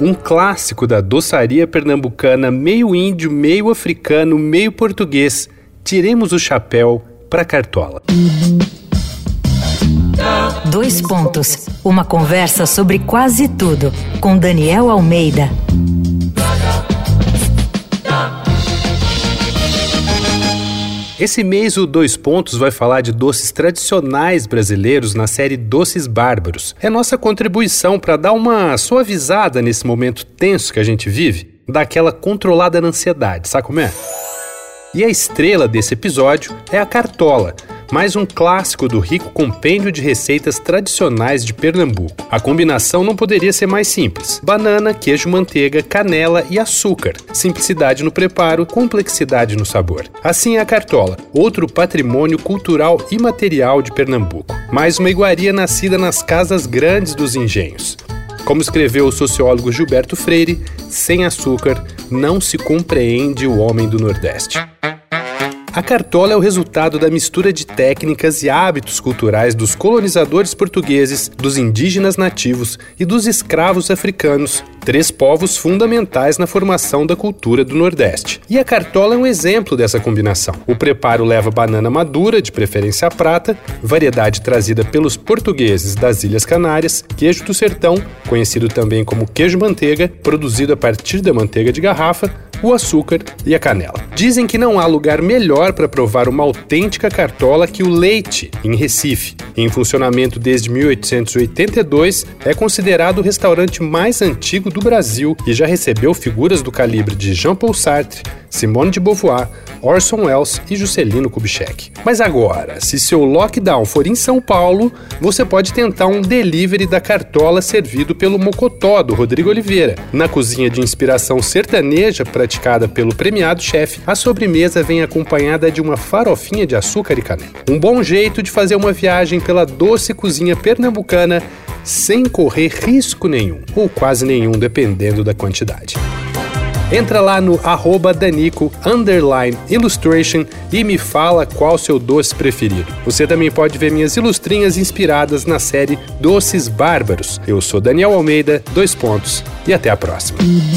um clássico da doçaria pernambucana, meio índio, meio africano, meio português. Tiremos o chapéu pra cartola. 2 pontos. Uma conversa sobre quase tudo, com Daniel Almeida. Esse mês o 2 pontos vai falar de doces tradicionais brasileiros na série Doces Bárbaros. É nossa contribuição para dar uma suavizada nesse momento tenso que a gente vive, dar aquela controlada na ansiedade, sabe como é? E a estrela desse episódio é a cartola, mais um clássico do rico compêndio de receitas tradicionais de Pernambuco. A combinação não poderia ser mais simples. Banana, queijo, manteiga, canela e açúcar. Simplicidade no preparo, complexidade no sabor. Assim é a cartola, outro patrimônio cultural imaterial de Pernambuco. Mais uma iguaria nascida nas casas grandes dos engenhos. Como escreveu o sociólogo Gilberto Freire, sem açúcar não se compreende o homem do Nordeste. A cartola é o resultado da mistura de técnicas e hábitos culturais dos colonizadores portugueses, dos indígenas nativos e dos escravos africanos, 3 povos fundamentais na formação da cultura do Nordeste. E a cartola é um exemplo dessa combinação. O preparo leva banana madura, de preferência prata, variedade trazida pelos portugueses das Ilhas Canárias, queijo do sertão, conhecido também como queijo-manteiga, produzido a partir da manteiga de garrafa, o açúcar e a canela. Dizem que não há lugar melhor para provar uma autêntica cartola que o Leite, em Recife. Em funcionamento desde 1882, é considerado o restaurante mais antigo do Brasil e já recebeu figuras do calibre de Jean-Paul Sartre, Simone de Beauvoir, Orson Welles e Juscelino Kubitschek. Mas agora, se seu lockdown for em São Paulo, você pode tentar um delivery da cartola servido pelo Mocotó, do Rodrigo Oliveira. Na cozinha de inspiração sertaneja praticada pelo premiado chefe, a sobremesa vem acompanhada de uma farofinha de açúcar e canela. Um bom jeito de fazer uma viagem pela doce cozinha pernambucana sem correr risco nenhum, ou quase nenhum, dependendo da quantidade. Entra lá no @Danico_Illustration e me fala qual seu doce preferido. Você também pode ver minhas ilustrinhas inspiradas na série Doces Bárbaros. Eu sou Daniel Almeida, 2 pontos, e até a próxima.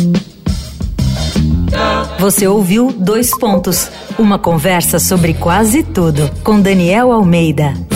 Você ouviu 2 pontos. Uma conversa sobre quase tudo, com Daniel Almeida.